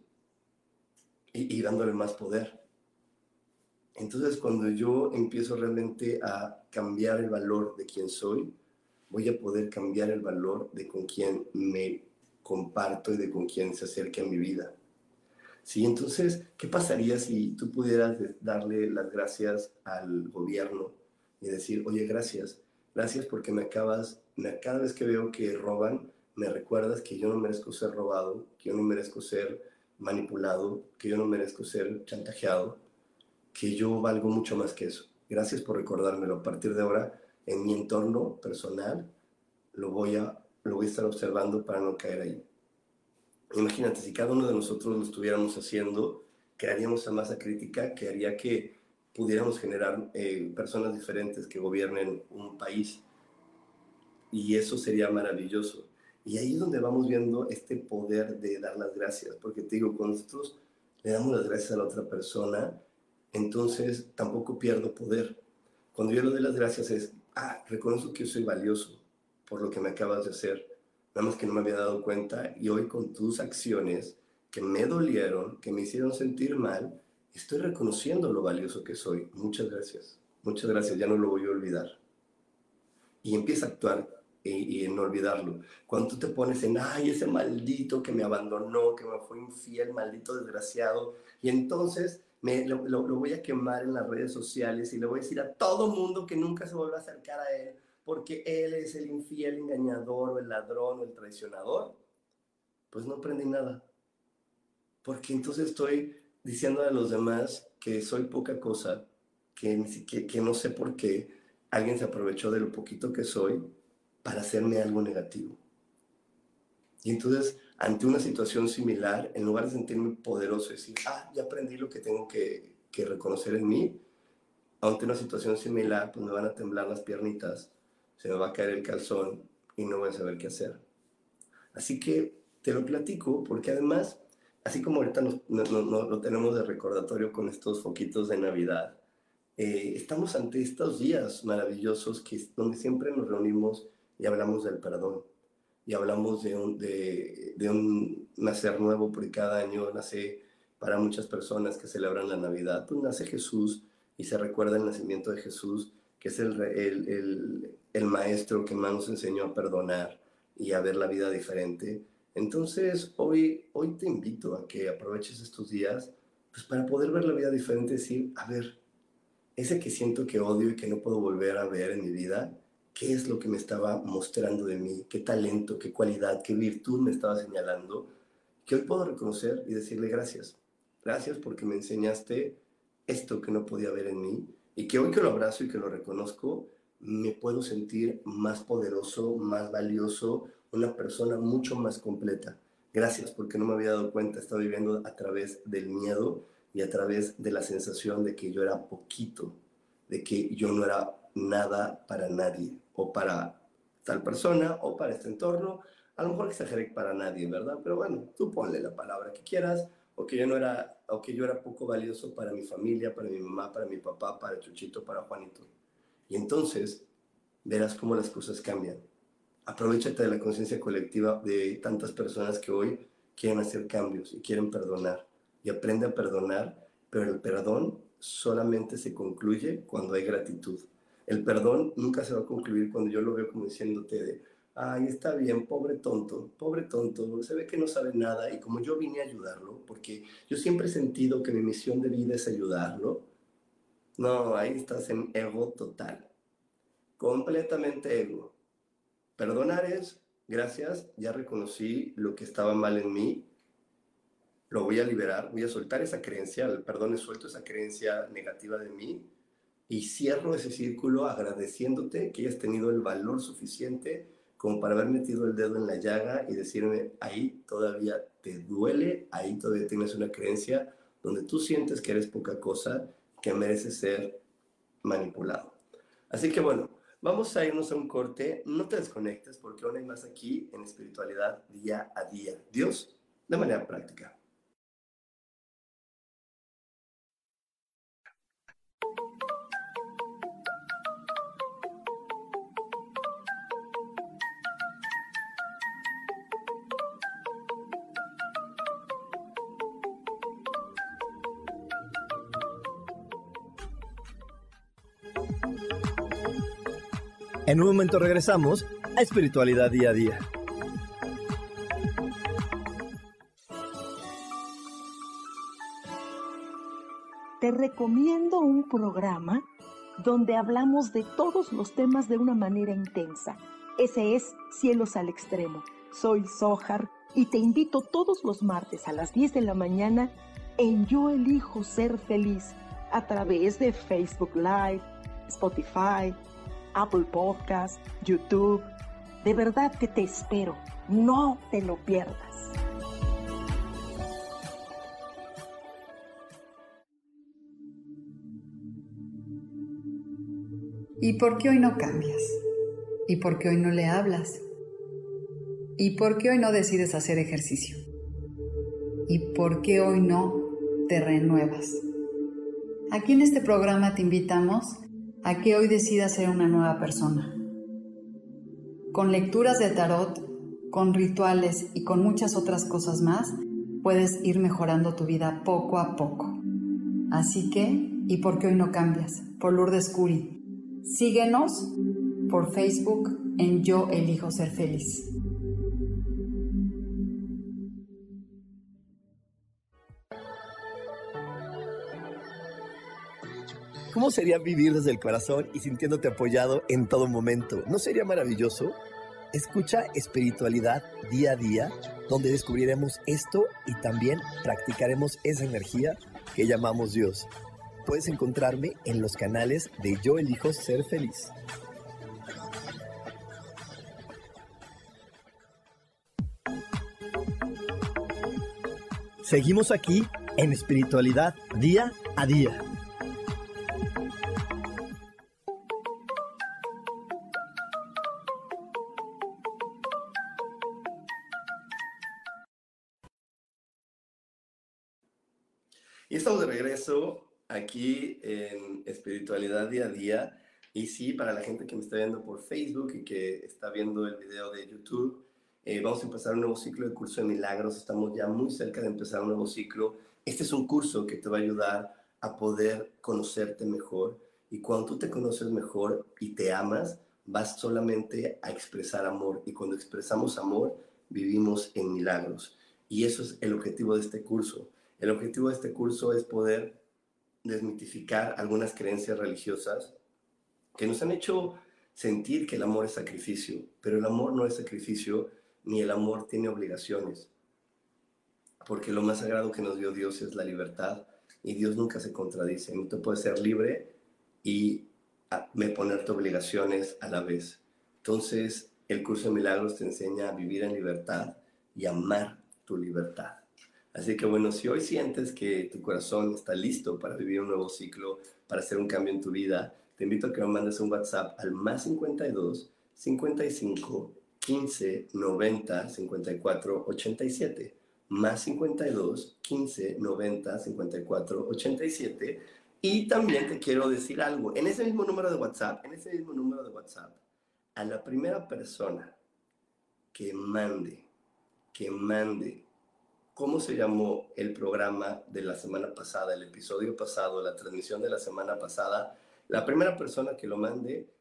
S3: y, y dándole más poder. Entonces, cuando yo empiezo realmente a cambiar el valor de quién soy, voy a poder cambiar el valor de con quién me comparto y de con quién se acerca a mi vida. Sí, entonces, ¿qué pasaría si tú pudieras darle las gracias al gobierno y decir, oye, gracias, gracias porque me acabas, cada vez que veo que roban, me recuerdas que yo no merezco ser robado, que yo no merezco ser manipulado, que yo no merezco ser chantajeado, que yo valgo mucho más que eso. Gracias por recordármelo. A partir de ahora, en mi entorno personal, lo voy a, lo voy a estar observando para no caer ahí. Imagínate, si cada uno de nosotros lo estuviéramos haciendo, crearíamos esa masa crítica que haría que pudiéramos generar eh, personas diferentes que gobiernen un país. Y eso sería maravilloso. Y ahí es donde vamos viendo este poder de dar las gracias. Porque te digo, cuando nosotros le damos las gracias a la otra persona, entonces tampoco pierdo poder. Cuando yo le doy las gracias es, ah, reconozco que yo soy valioso por lo que me acabas de hacer. Nada más que no me había dado cuenta y hoy con tus acciones que me dolieron, que me hicieron sentir mal, estoy reconociendo lo valioso que soy. Muchas gracias. Muchas gracias, ya no lo voy a olvidar. Y empieza a actuar y, y en no olvidarlo. Cuando tú te pones en, ay, ese maldito que me abandonó, que me fue infiel, maldito desgraciado, y entonces me, lo, lo, lo voy a quemar en las redes sociales y le voy a decir a todo mundo que nunca se vuelva a acercar a él, porque él es el infiel, engañador, o el ladrón, o el traicionador, pues no aprendí nada. Porque entonces estoy diciendo a los demás que soy poca cosa, que, que, que no sé por qué alguien se aprovechó de lo poquito que soy para hacerme algo negativo. Y entonces, ante una situación similar, en lugar de sentirme poderoso y decir, ah, ya aprendí lo que tengo que, que reconocer en mí, ante una situación similar, pues me van a temblar las piernitas, se me va a caer el calzón y no voy a saber qué hacer. Así que te lo platico porque además, así como ahorita nos, no, no, no, lo tenemos de recordatorio con estos foquitos de Navidad, eh, estamos ante estos días maravillosos que, donde siempre nos reunimos y hablamos del perdón. Y hablamos de un, de, de un nacer nuevo, porque cada año nace para muchas personas que celebran la Navidad, pues nace Jesús y se recuerda el nacimiento de Jesús, que es el, el, el, el maestro que más nos enseñó a perdonar y a ver la vida diferente. Entonces, hoy, hoy te invito a que aproveches estos días pues, para poder ver la vida diferente y decir, a ver, ese que siento que odio y que no puedo volver a ver en mi vida, ¿qué es lo que me estaba mostrando de mí? ¿Qué talento, qué cualidad, qué virtud me estaba señalando? Que hoy puedo reconocer y decirle gracias. Gracias porque me enseñaste esto que no podía ver en mí y que hoy que lo abrazo y que lo reconozco, me puedo sentir más poderoso, más valioso, una persona mucho más completa. Gracias porque no me había dado cuenta, estaba viviendo a través del miedo y a través de la sensación de que yo era poquito, de que yo no era nada para nadie, o para tal persona, o para este entorno. A lo mejor exageré para nadie, ¿verdad? Pero bueno, tú ponle la palabra que quieras, o que yo no era, o que yo era poco valioso para mi familia, para mi mamá, para mi papá, para Chuchito, para Juanito. Y entonces verás cómo las cosas cambian. Aprovechate de la conciencia colectiva de tantas personas que hoy quieren hacer cambios y quieren perdonar. Y aprende a perdonar, pero el perdón solamente se concluye cuando hay gratitud. El perdón nunca se va a concluir cuando yo lo veo como diciéndote de, ay, está bien, pobre tonto, pobre tonto, se ve que no sabe nada y como yo vine a ayudarlo, porque yo siempre he sentido que mi misión de vida es ayudarlo, no, ahí estás en ego total, completamente ego. Perdonar es, gracias, ya reconocí lo que estaba mal en mí, lo voy a liberar, voy a soltar esa creencia, el perdón es suelto esa creencia negativa de mí y cierro ese círculo agradeciéndote que hayas tenido el valor suficiente como para haber metido el dedo en la llaga y decirme, ahí todavía te duele, ahí todavía tienes una creencia donde tú sientes que eres poca cosa, que mereces ser manipulado. Así que bueno, vamos a irnos a un corte, no te desconectes porque aún hay más aquí en espiritualidad día a día. Dios, de manera práctica.
S2: En un momento regresamos a Espiritualidad Día a Día.
S4: Te recomiendo un programa donde hablamos de todos los temas de una manera intensa. Ese es Cielos al Extremo. Soy Sohar y te invito todos los martes a las diez de la mañana en Yo Elijo Ser Feliz a través de Facebook Live, Spotify, Apple Podcast, YouTube. De verdad que te espero. No te lo pierdas.
S5: ¿Y por qué hoy no cambias? ¿Y por qué hoy no le hablas? ¿Y por qué hoy no decides hacer ejercicio? ¿Y por qué hoy no te renuevas? Aquí en este programa te invitamos a que hoy decidas ser una nueva persona. Con lecturas de tarot, con rituales y con muchas otras cosas más, puedes ir mejorando tu vida poco a poco. Así que, ¿y por qué hoy no cambias? Por Lourdes Curi. Síguenos por Facebook en Yo Elijo Ser Feliz.
S2: ¿Cómo sería vivir desde el corazón y sintiéndote apoyado en todo momento? ¿No sería maravilloso? Escucha Espiritualidad Día a Día, donde descubriremos esto y también practicaremos esa energía que llamamos Dios. Puedes encontrarme en los canales de Yo Elijo Ser Feliz. Seguimos aquí en Espiritualidad Día a Día.
S3: Y estamos de regreso aquí en Espiritualidad Día a Día. Y sí, para la gente que me está viendo por Facebook y que está viendo el video de YouTube, eh, vamos a empezar un nuevo ciclo de curso de milagros. Estamos ya muy cerca de empezar un nuevo ciclo. Este es un curso que te va a ayudar a poder conocerte mejor. Y cuando tú te conoces mejor y te amas, vas solamente a expresar amor. Y cuando expresamos amor, vivimos en milagros. Y eso es el objetivo de este curso. El objetivo de este curso es poder desmitificar algunas creencias religiosas que nos han hecho sentir que el amor es sacrificio, pero el amor no es sacrificio, ni el amor tiene obligaciones, porque lo más sagrado que nos dio Dios es la libertad, y Dios nunca se contradice. No te puedes ser libre y me ponerte obligaciones a la vez. Entonces, el curso de milagros te enseña a vivir en libertad y amar tu libertad. Así que bueno, si hoy sientes que tu corazón está listo para vivir un nuevo ciclo, para hacer un cambio en tu vida, te invito a que me mandes un WhatsApp al más cincuenta y dos, cincuenta y cinco, quince, noventa, cincuenta y cuatro, ochenta y siete. Más cincuenta y dos, quince, noventa, cincuenta y cuatro, ochenta y siete. Y también te quiero decir algo. En ese mismo número de WhatsApp, en ese mismo número de WhatsApp, a la primera persona que mande, que mande, ¿cómo se llamó el programa de la semana pasada, el episodio pasado, la transmisión de la semana pasada? La primera persona que lo mande,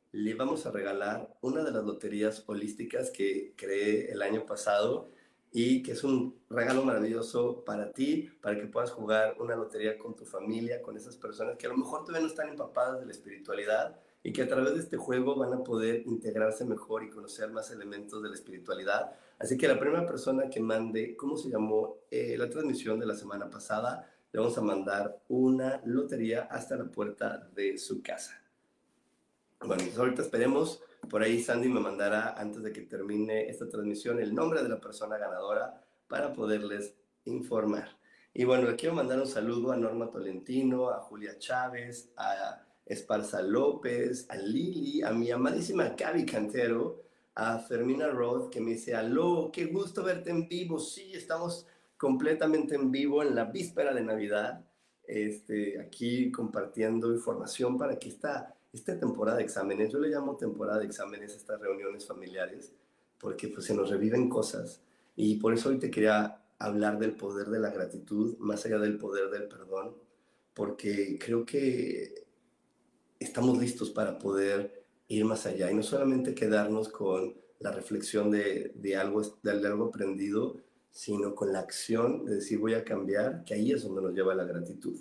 S3: le vamos a regalar una de las loterías holísticas que creé el año pasado y que es un regalo maravilloso para ti, para que puedas jugar una lotería con tu familia, con esas personas que a lo mejor todavía no están empapadas de la espiritualidad y que a través de este juego van a poder integrarse mejor y conocer más elementos de la espiritualidad. Así que la primera persona que mande cómo se llamó eh, la transmisión de la semana pasada, le vamos a mandar una lotería hasta la puerta de su casa. Bueno, entonces ahorita esperemos, por ahí Sandy me mandará antes de que termine esta transmisión el nombre de la persona ganadora para poderles informar. Y bueno, le quiero mandar un saludo a Norma Tolentino, a Julia Chávez, a Esparza López, a Lili, a mi amadísima Gaby Cantero, a Fermina Roth, que me dice, aló, qué gusto verte en vivo. Sí, estamos completamente en vivo en la víspera de Navidad, este, aquí compartiendo información para que esta, esta temporada de exámenes, yo le llamo temporada de exámenes a estas reuniones familiares, porque pues se nos reviven cosas. Y por eso hoy te quería hablar del poder de la gratitud, más allá del poder del perdón, porque creo que estamos listos para poder ir más allá y no solamente quedarnos con la reflexión de, de, algo, de algo aprendido, sino con la acción de decir voy a cambiar, que ahí es donde nos lleva la gratitud.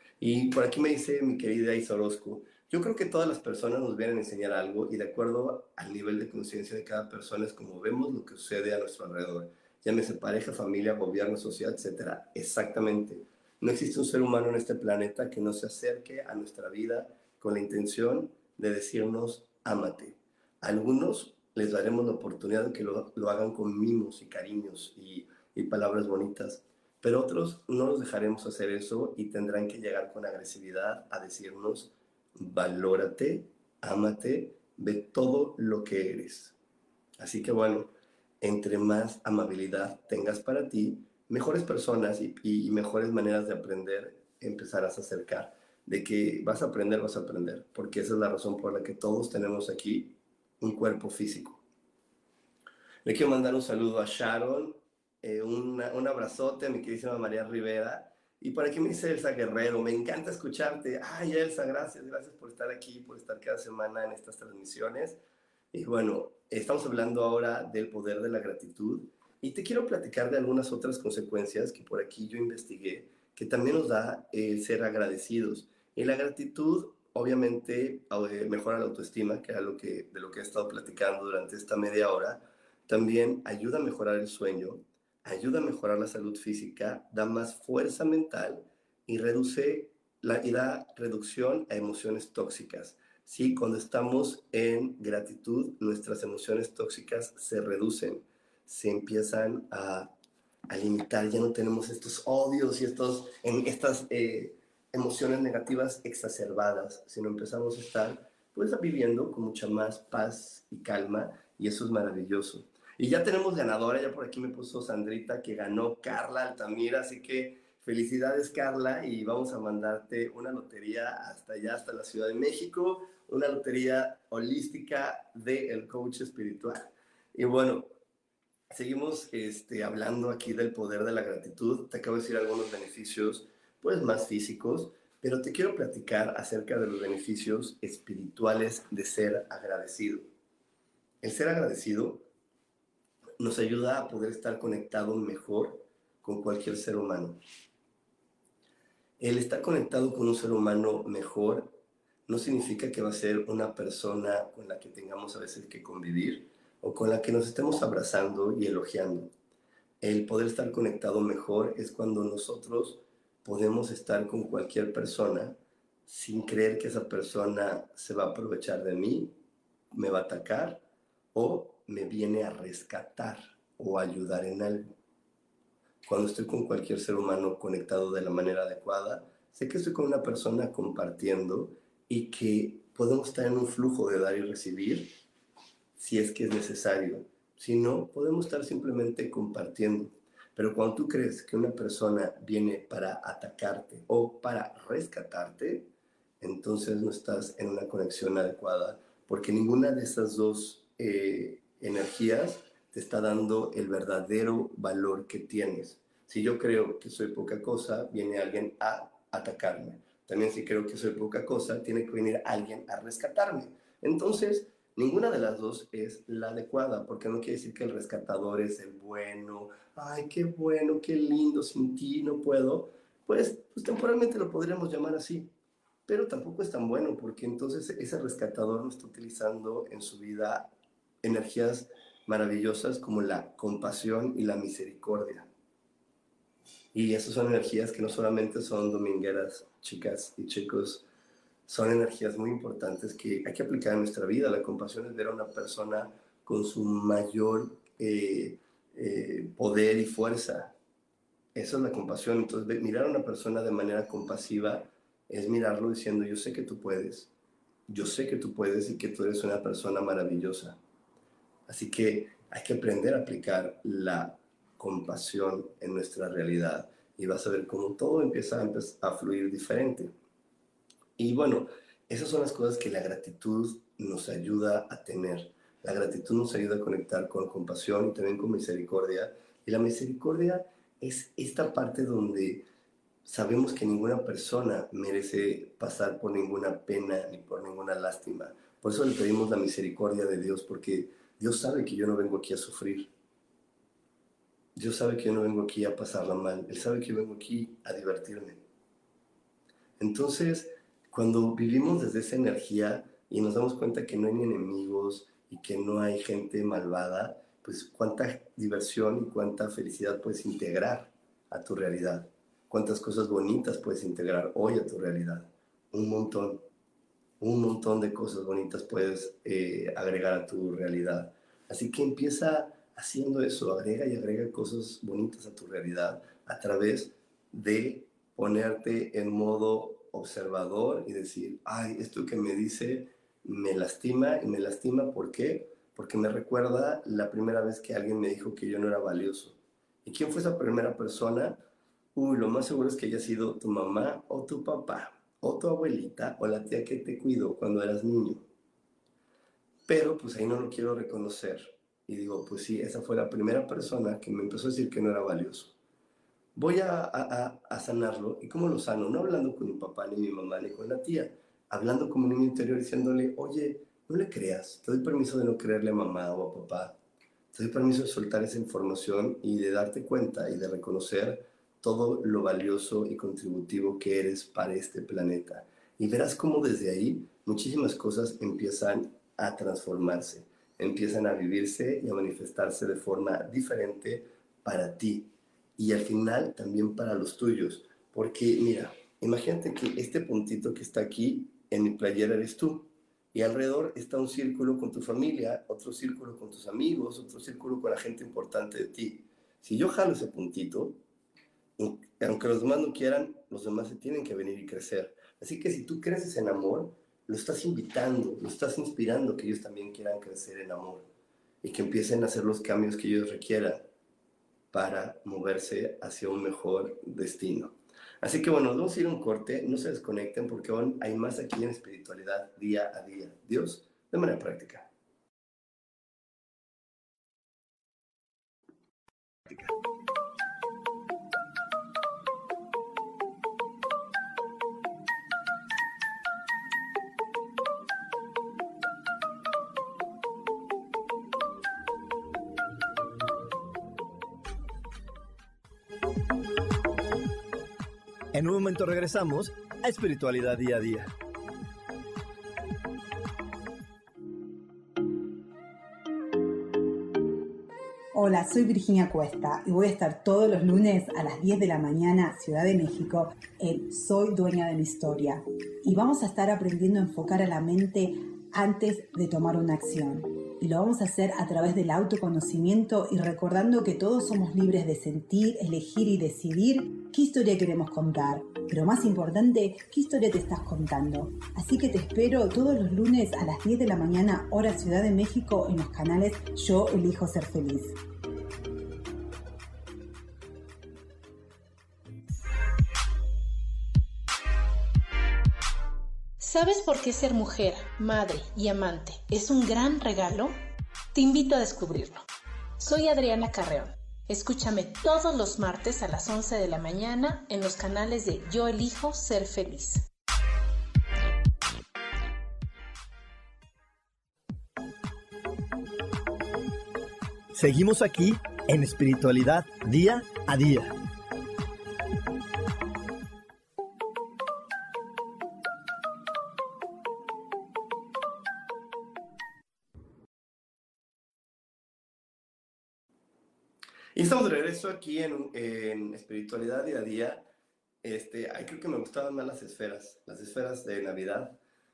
S3: Y por aquí me dice mi querida Isa Orozco, yo creo que todas las personas nos vienen a enseñar algo y de acuerdo al nivel de conciencia de cada persona es como vemos lo que sucede a nuestro alrededor. Llámese pareja, familia, gobierno, sociedad, etcétera. Exactamente. No existe un ser humano en este planeta que no se acerque a nuestra vida con la intención de decirnos, ámate. A algunos les daremos la oportunidad de que lo, lo hagan con mimos y cariños y, y palabras bonitas, pero otros no los dejaremos hacer eso y tendrán que llegar con agresividad a decirnos, valórate, ámate, ve todo lo que eres. Así que bueno, entre más amabilidad tengas para ti, mejores personas y, y mejores maneras de aprender empezarás a acercar. De que vas a aprender, vas a aprender, porque esa es la razón por la que todos tenemos aquí un cuerpo físico. Le quiero mandar un saludo a Sharon, eh, una, un abrazote a mi queridísima María Rivera, y por aquí me dice Elsa Guerrero, me encanta escucharte. Ay, Elsa, gracias, gracias por estar aquí, por estar cada semana en estas transmisiones. Y bueno, estamos hablando ahora del poder de la gratitud, y te quiero platicar de algunas otras consecuencias que por aquí yo investigué, que también nos da el ser agradecidos. Y la gratitud, obviamente, mejora la autoestima, que era lo que, de lo que he estado platicando durante esta media hora. También ayuda a mejorar el sueño, ayuda a mejorar la salud física, da más fuerza mental y, reduce la, y da reducción a emociones tóxicas. Sí, cuando estamos en gratitud, nuestras emociones tóxicas se reducen, se empiezan a, a limitar. Ya no tenemos estos odios y estos, en estas... Eh, emociones negativas exacerbadas, sino empezamos a estar pues viviendo con mucha más paz y calma, y eso es maravilloso. Y ya tenemos ganadora, ya por aquí me puso Sandrita que ganó Carla Altamira, así que felicidades Carla, y vamos a mandarte una lotería hasta allá, hasta la Ciudad de México, una lotería holística del coach espiritual. Y bueno, seguimos este, hablando aquí del poder de la gratitud. Te acabo de decir algunos beneficios pues más físicos, pero te quiero platicar acerca de los beneficios espirituales de ser agradecido. El ser agradecido nos ayuda a poder estar conectado mejor con cualquier ser humano. El estar conectado con un ser humano mejor no significa que va a ser una persona con la que tengamos a veces que convivir o con la que nos estemos abrazando y elogiando. El poder estar conectado mejor es cuando nosotros podemos estar con cualquier persona sin creer que esa persona se va a aprovechar de mí, me va a atacar o me viene a rescatar o ayudar en algo. Cuando estoy con cualquier ser humano conectado de la manera adecuada, sé que estoy con una persona compartiendo y que podemos estar en un flujo de dar y recibir si es que es necesario. Si no, podemos estar simplemente compartiendo. Pero cuando tú crees que una persona viene para atacarte o para rescatarte, entonces no estás en una conexión adecuada, porque ninguna de esas dos eh, energías te está dando el verdadero valor que tienes. Si yo creo que soy poca cosa, viene alguien a atacarme. También si creo que soy poca cosa, tiene que venir alguien a rescatarme. Entonces, ninguna de las dos es la adecuada, porque no quiere decir que el rescatador es el bueno. Ay, qué bueno, qué lindo, sin ti no puedo. Pues, pues temporalmente lo podríamos llamar así, pero tampoco es tan bueno, porque entonces ese rescatador no está utilizando en su vida energías maravillosas como la compasión y la misericordia. Y esas son energías que no solamente son domingueras, chicas y chicos, son energías muy importantes que hay que aplicar en nuestra vida. La compasión es ver a una persona con su mayor eh, eh, poder y fuerza. Eso es la compasión. Entonces, mirar a una persona de manera compasiva es mirarlo diciendo, yo sé que tú puedes, yo sé que tú puedes y que tú eres una persona maravillosa. Así que hay que aprender a aplicar la compasión en nuestra realidad y vas a ver cómo todo empieza a, a fluir diferente. Y bueno, esas son las cosas que la gratitud nos ayuda a tener. La gratitud nos ayuda a conectar con compasión y también con misericordia. Y la misericordia es esta parte donde sabemos que ninguna persona merece pasar por ninguna pena ni por ninguna lástima. Por eso le pedimos la misericordia de Dios, porque Dios sabe que yo no vengo aquí a sufrir. Dios sabe que yo no vengo aquí a pasarla mal. Él sabe que yo vengo aquí a divertirme. Entonces, cuando vivimos desde esa energía y nos damos cuenta que no hay ni enemigos y que no hay gente malvada, pues cuánta diversión y cuánta felicidad puedes integrar a tu realidad. Cuántas cosas bonitas puedes integrar hoy a tu realidad. Un montón. Un montón de cosas bonitas puedes eh, agregar a tu realidad. Así que empieza haciendo eso, agrega y agrega cosas bonitas a tu realidad a través de ponerte en modo observador y decir, ay, esto que me dice me lastima, y me lastima, ¿por qué? Porque me recuerda la primera vez que alguien me dijo que yo no era valioso. ¿Y quién fue esa primera persona? Uy, lo más seguro es que haya sido tu mamá o tu papá, o tu abuelita, o la tía que te cuidó cuando eras niño. Pero pues ahí no lo quiero reconocer. Y digo, pues sí, esa fue la primera persona que me empezó a decir que no era valioso. Voy a, a, a sanarlo. ¿Y cómo lo sano? No hablando con mi papá, ni mi mamá, ni con la tía. Hablando con mi niño interior, diciéndole, oye, no le creas. Te doy permiso de no creerle a mamá o a papá. Te doy permiso de soltar esa información y de darte cuenta y de reconocer todo lo valioso y contributivo que eres para este planeta. Y verás cómo desde ahí muchísimas cosas empiezan a transformarse, empiezan a vivirse y a manifestarse de forma diferente para ti. Y al final también para los tuyos. Porque mira, imagínate que este puntito que está aquí en mi playera eres tú. Y alrededor está un círculo con tu familia, otro círculo con tus amigos, otro círculo con la gente importante de ti. Si yo jalo ese puntito, aunque los demás no quieran, los demás se tienen que venir y crecer. Así que si tú creces en amor, lo estás invitando, lo estás inspirando que ellos también quieran crecer en amor y que empiecen a hacer los cambios que ellos requieran para moverse hacia un mejor destino. Así que bueno, vamos a ir a un corte, no se desconecten porque aún hay más aquí en espiritualidad día a día. Dios, de manera práctica.
S2: En un momento regresamos a Espiritualidad Día a Día.
S6: Hola, soy Virginia Cuesta y voy a estar todos los lunes a las diez de la mañana, Ciudad de México, en Soy Dueña de mi Historia. Y vamos a estar aprendiendo a enfocar a la mente antes de tomar una acción. Y lo vamos a hacer a través del autoconocimiento y recordando que todos somos libres de sentir, elegir y decidir qué historia queremos contar. Pero más importante, qué historia te estás contando. Así que te espero todos los lunes a las diez de la mañana, hora Ciudad de México, en los canales Yo Elijo Ser Feliz.
S7: ¿Sabes por qué ser mujer, madre y amante es un gran regalo? Te invito a descubrirlo. Soy Adriana Carreón. Escúchame todos los martes a las once de la mañana en los canales de Yo Elijo Ser Feliz.
S2: Seguimos aquí en Espiritualidad Día a Día.
S3: Y estamos de regreso aquí en, en Espiritualidad Día a Día. Este, ay, creo que me gustaban más las esferas, las esferas de Navidad.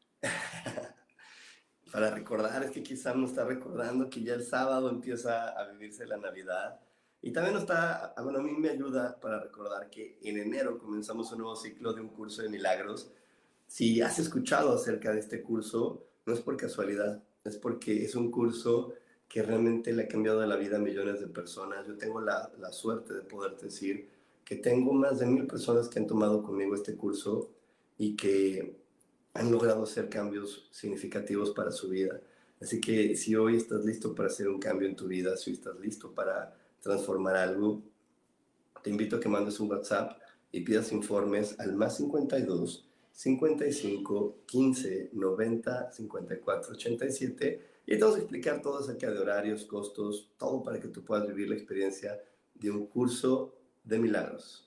S3: Para recordar, es que quizá no está recordando que ya el sábado empieza a vivirse la Navidad. Y también nos está, bueno, a mí me ayuda para recordar que en enero comenzamos un nuevo ciclo de un curso de milagros. Si has escuchado acerca de este curso, no es por casualidad, es porque es un curso que realmente le ha cambiado la vida a millones de personas. Yo tengo la, la suerte de poder decir que tengo más de mil personas que han tomado conmigo este curso y que han logrado hacer cambios significativos para su vida. Así que si hoy estás listo para hacer un cambio en tu vida, si hoy estás listo para transformar algo, te invito a que mandes un WhatsApp y pidas informes al más cincuenta y dos, cincuenta y cinco, quince, noventa, cincuenta y cuatro, ochenta y siete y te vamos a explicar todo acerca de horarios, costos, todo para que tú puedas vivir la experiencia de un curso de milagros.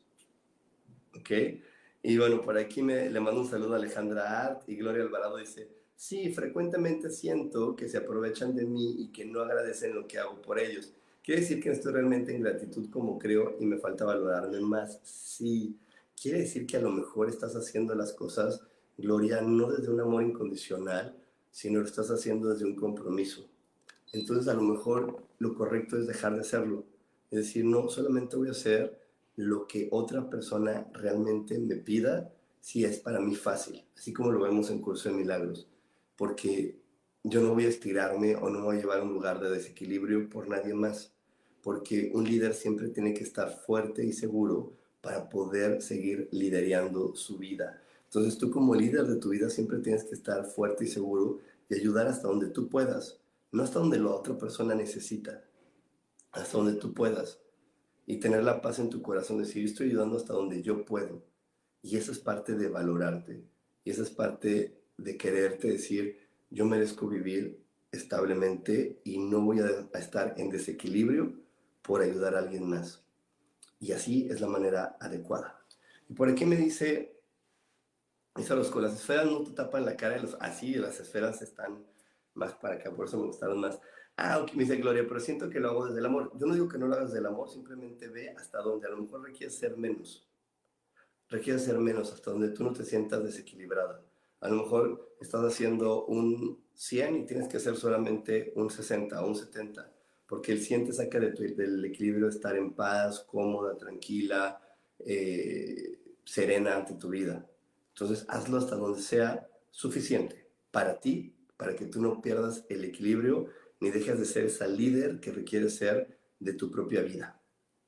S3: ¿Ok? Y bueno, por aquí me, le mando un saludo a Alejandra Art y Gloria Alvarado dice, sí, frecuentemente siento que se aprovechan de mí y que no agradecen lo que hago por ellos. ¿Quiere decir que no estoy realmente en gratitud como creo y me falta valorarme más? Sí. Quiere decir que a lo mejor estás haciendo las cosas, Gloria, no desde un amor incondicional, sino lo estás haciendo desde un compromiso. Entonces a lo mejor lo correcto es dejar de hacerlo. Es decir, no solamente voy a hacer lo que otra persona realmente me pida si es para mí fácil, así como lo vemos en Curso de Milagros, porque yo no voy a estirarme o no voy a llevar a un lugar de desequilibrio por nadie más, porque un líder siempre tiene que estar fuerte y seguro para poder seguir liderando su vida. Entonces tú como líder de tu vida siempre tienes que estar fuerte y seguro y ayudar hasta donde tú puedas, no hasta donde la otra persona necesita, hasta donde tú puedas. Y tener la paz en tu corazón, decir, yo estoy ayudando hasta donde yo puedo. Y eso es parte de valorarte. Y eso es parte de quererte, decir, yo merezco vivir establemente y no voy a, a estar en desequilibrio por ayudar a alguien más. Y así es la manera adecuada. Y por aquí me dice, con las esferas no te tapan la cara. Los, así, las esferas están más para acá, por eso me gustaron más. Ah, ok, me dice Gloria, pero siento que lo hago desde el amor. Yo no digo que no lo hagas desde el amor, simplemente ve hasta donde a lo mejor requiere ser menos. Requiere ser menos, hasta donde tú no te sientas desequilibrada. A lo mejor estás haciendo un cien y tienes que hacer solamente un sesenta o un setenta, porque el cien te saca de tu, del equilibrio de estar en paz, cómoda, tranquila, eh, serena ante tu vida. Entonces, hazlo hasta donde sea suficiente para ti, para que tú no pierdas el equilibrio ni dejes de ser esa líder que requiere ser de tu propia vida.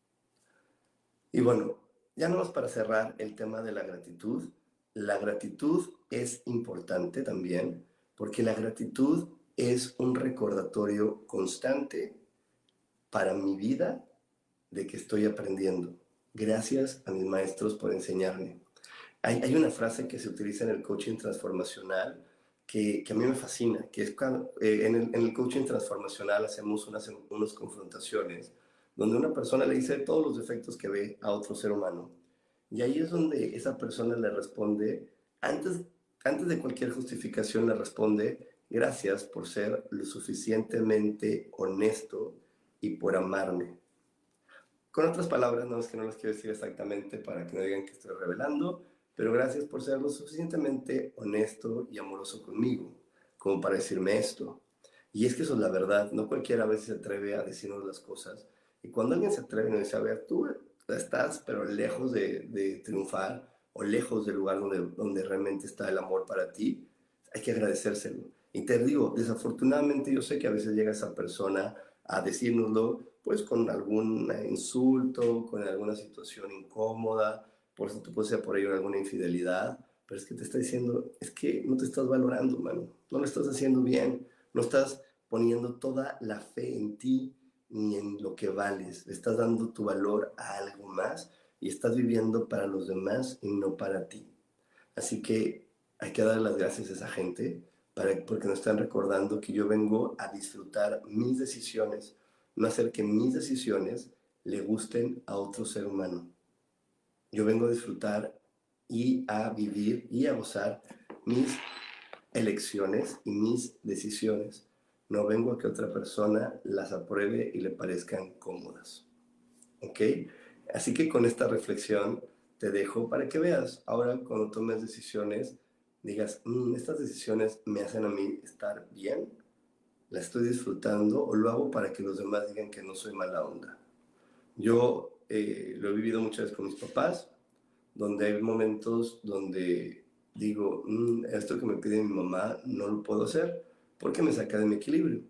S3: Y bueno, ya nomás para cerrar el tema de la gratitud, la gratitud es importante también, porque la gratitud es un recordatorio constante para mi vida de que estoy aprendiendo. Gracias a mis maestros por enseñarme. Hay, hay una frase que se utiliza en el coaching transformacional que, que a mí me fascina, que es cuando eh, en, el, en el coaching transformacional hacemos unas, unas confrontaciones donde una persona le dice todos los defectos que ve a otro ser humano. Y ahí es donde esa persona le responde, antes, antes de cualquier justificación le responde, gracias por ser lo suficientemente honesto y por amarme. Con otras palabras, no es que no las quiero decir exactamente para que no digan que estoy revelando, pero gracias por ser lo suficientemente honesto y amoroso conmigo, como para decirme esto. Y es que eso es la verdad, no cualquiera a veces se atreve a decirnos las cosas. Y cuando alguien se atreve y nos dice, a ver, tú estás, pero lejos de, de triunfar, o lejos del lugar donde, donde realmente está el amor para ti, hay que agradecérselo. Y te digo, desafortunadamente yo sé que a veces llega esa persona a decírnoslo, pues con algún insulto, con alguna situación incómoda, por eso te puede ser por ello alguna infidelidad, pero es que te está diciendo, es que no te estás valorando, mano, no lo estás haciendo bien, no estás poniendo toda la fe en ti ni en lo que vales, le estás dando tu valor a algo más y estás viviendo para los demás y no para ti. Así que hay que dar las gracias a esa gente para, porque nos están recordando que yo vengo a disfrutar mis decisiones, no hacer que mis decisiones le gusten a otro ser humano. Yo vengo a disfrutar y a vivir y a gozar mis elecciones y mis decisiones. No vengo a que otra persona las apruebe y le parezcan cómodas. ¿Ok? Así que con esta reflexión te dejo para que veas. Ahora cuando tomes decisiones, digas, mmm, estas decisiones me hacen a mí estar bien, la estoy disfrutando o lo hago para que los demás digan que no soy mala onda. Yo eh, lo he vivido muchas veces con mis papás, donde hay momentos donde digo, mmm, esto que me pide mi mamá no lo puedo hacer porque me saca de mi equilibrio.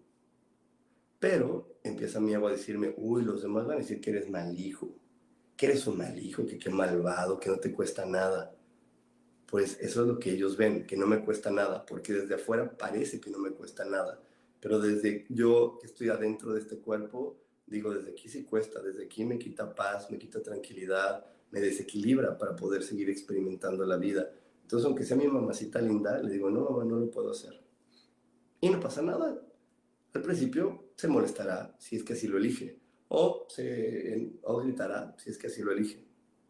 S3: Pero empieza mi ego a decirme, uy, los demás van a decir que eres mal hijo, que eres un mal hijo, que qué malvado, que no te cuesta nada. Pues eso es lo que ellos ven, que no me cuesta nada, porque desde afuera parece que no me cuesta nada. Pero desde yo que estoy adentro de este cuerpo, digo, desde aquí sí cuesta, desde aquí me quita paz, me quita tranquilidad, me desequilibra para poder seguir experimentando la vida. Entonces, aunque sea mi mamacita linda, le digo, no, mamá, no lo puedo hacer. Y no pasa nada. Al principio se molestará si es que así lo elige, o, se, o gritará si es que así lo elige.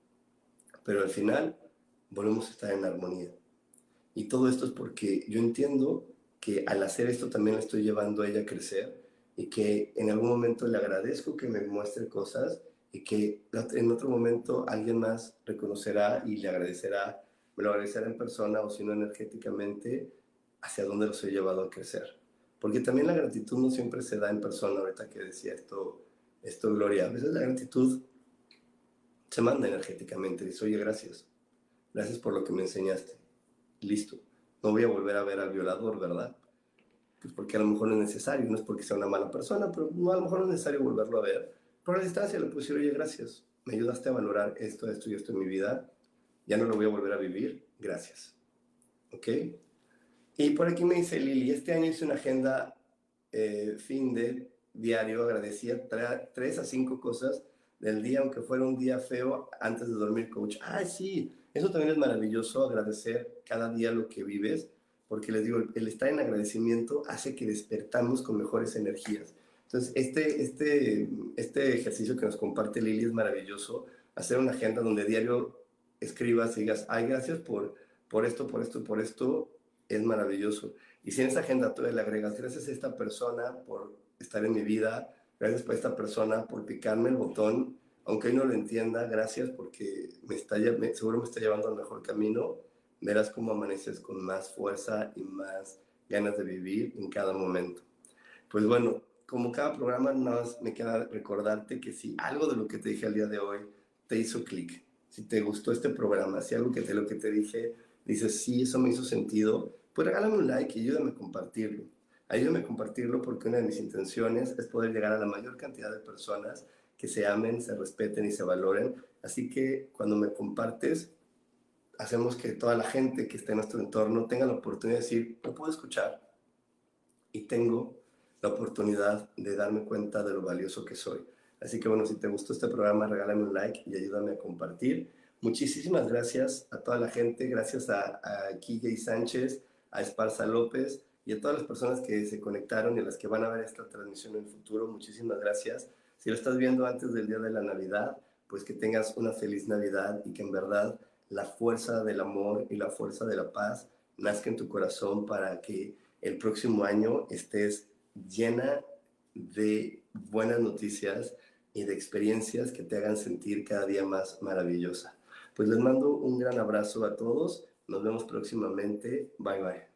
S3: Pero al final volvemos a estar en armonía. Y todo esto es porque yo entiendo que al hacer esto también la estoy llevando a ella a crecer y que en algún momento le agradezco que me muestre cosas y que en otro momento alguien más reconocerá y le agradecerá, me lo agradecerá en persona o si no energéticamente, hacia dónde los he llevado a crecer. Porque también la gratitud no siempre se da en persona, ahorita que decía esto, esto Gloria. A veces la gratitud se manda energéticamente, dice, oye, gracias. Gracias por lo que me enseñaste. Listo. No voy a volver a ver al violador, ¿verdad? Pues porque a lo mejor no es necesario, no es porque sea una mala persona, pero no, a lo mejor no es necesario volverlo a ver. Por la distancia le puedo decir, oye, gracias. Me ayudaste a valorar esto, esto y esto en mi vida. Ya no lo voy a volver a vivir. Gracias. ¿Ok? Y por aquí me dice Lili, este año hice una agenda eh, fin de diario, agradecía tres a cinco cosas del día, aunque fuera un día feo, antes de dormir, coach. Ah, sí, eso también es maravilloso, agradecer cada día lo que vives, porque les digo, el estar en agradecimiento hace que despertamos con mejores energías. Entonces, este, este, este ejercicio que nos comparte Lili es maravilloso, hacer una agenda donde diario escribas y digas, ay, gracias por, por esto, por esto, por esto, es maravilloso. Y si en esa agenda tú le agregas, gracias a esta persona por estar en mi vida, gracias por esta persona por picarme el botón, aunque hoy no lo entienda, gracias porque me está, me, seguro me está llevando al mejor camino, verás cómo amaneces con más fuerza y más ganas de vivir en cada momento. Pues bueno, como cada programa, nada más me queda recordarte que si algo de lo que te dije el día de hoy te hizo clic, si te gustó este programa, si algo que te, lo que te dije, dices, sí, eso me hizo sentido, pues regálame un like y ayúdame a compartirlo. Ayúdame a compartirlo porque una de mis intenciones es poder llegar a la mayor cantidad de personas que se amen, se respeten y se valoren. Así que cuando me compartes, hacemos que toda la gente que esté en nuestro entorno tenga la oportunidad de decir, lo puedo escuchar y tengo la oportunidad de darme cuenta de lo valioso que soy. Así que bueno, si te gustó este programa, regálame un like y ayúdame a compartir. Muchísimas gracias a toda la gente, gracias a, a Quilla y Sánchez, a Esparza López y a todas las personas que se conectaron y a las que van a ver esta transmisión en el futuro. Muchísimas gracias. Si lo estás viendo antes del día de la Navidad, pues que tengas una feliz Navidad y que en verdad la fuerza del amor y la fuerza de la paz nazca en tu corazón para que el próximo año estés llena de buenas noticias y de experiencias que te hagan sentir cada día más maravillosa. Pues les mando un gran abrazo a todos. Nos vemos próximamente. Bye, bye.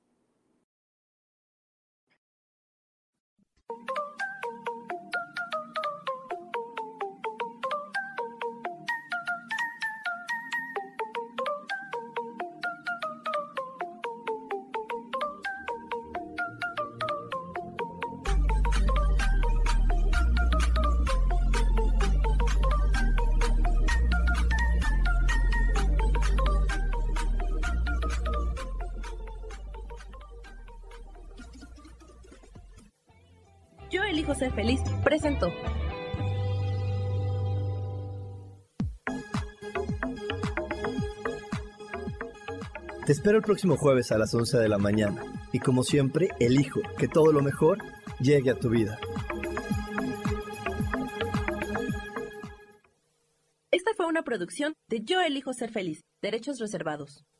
S1: Yo elijo ser feliz, presentó.
S2: Te espero el próximo jueves a las once de la mañana y como siempre, elijo que todo lo mejor llegue a tu vida.
S1: una producción de Yo Elijo Ser Feliz, derechos reservados.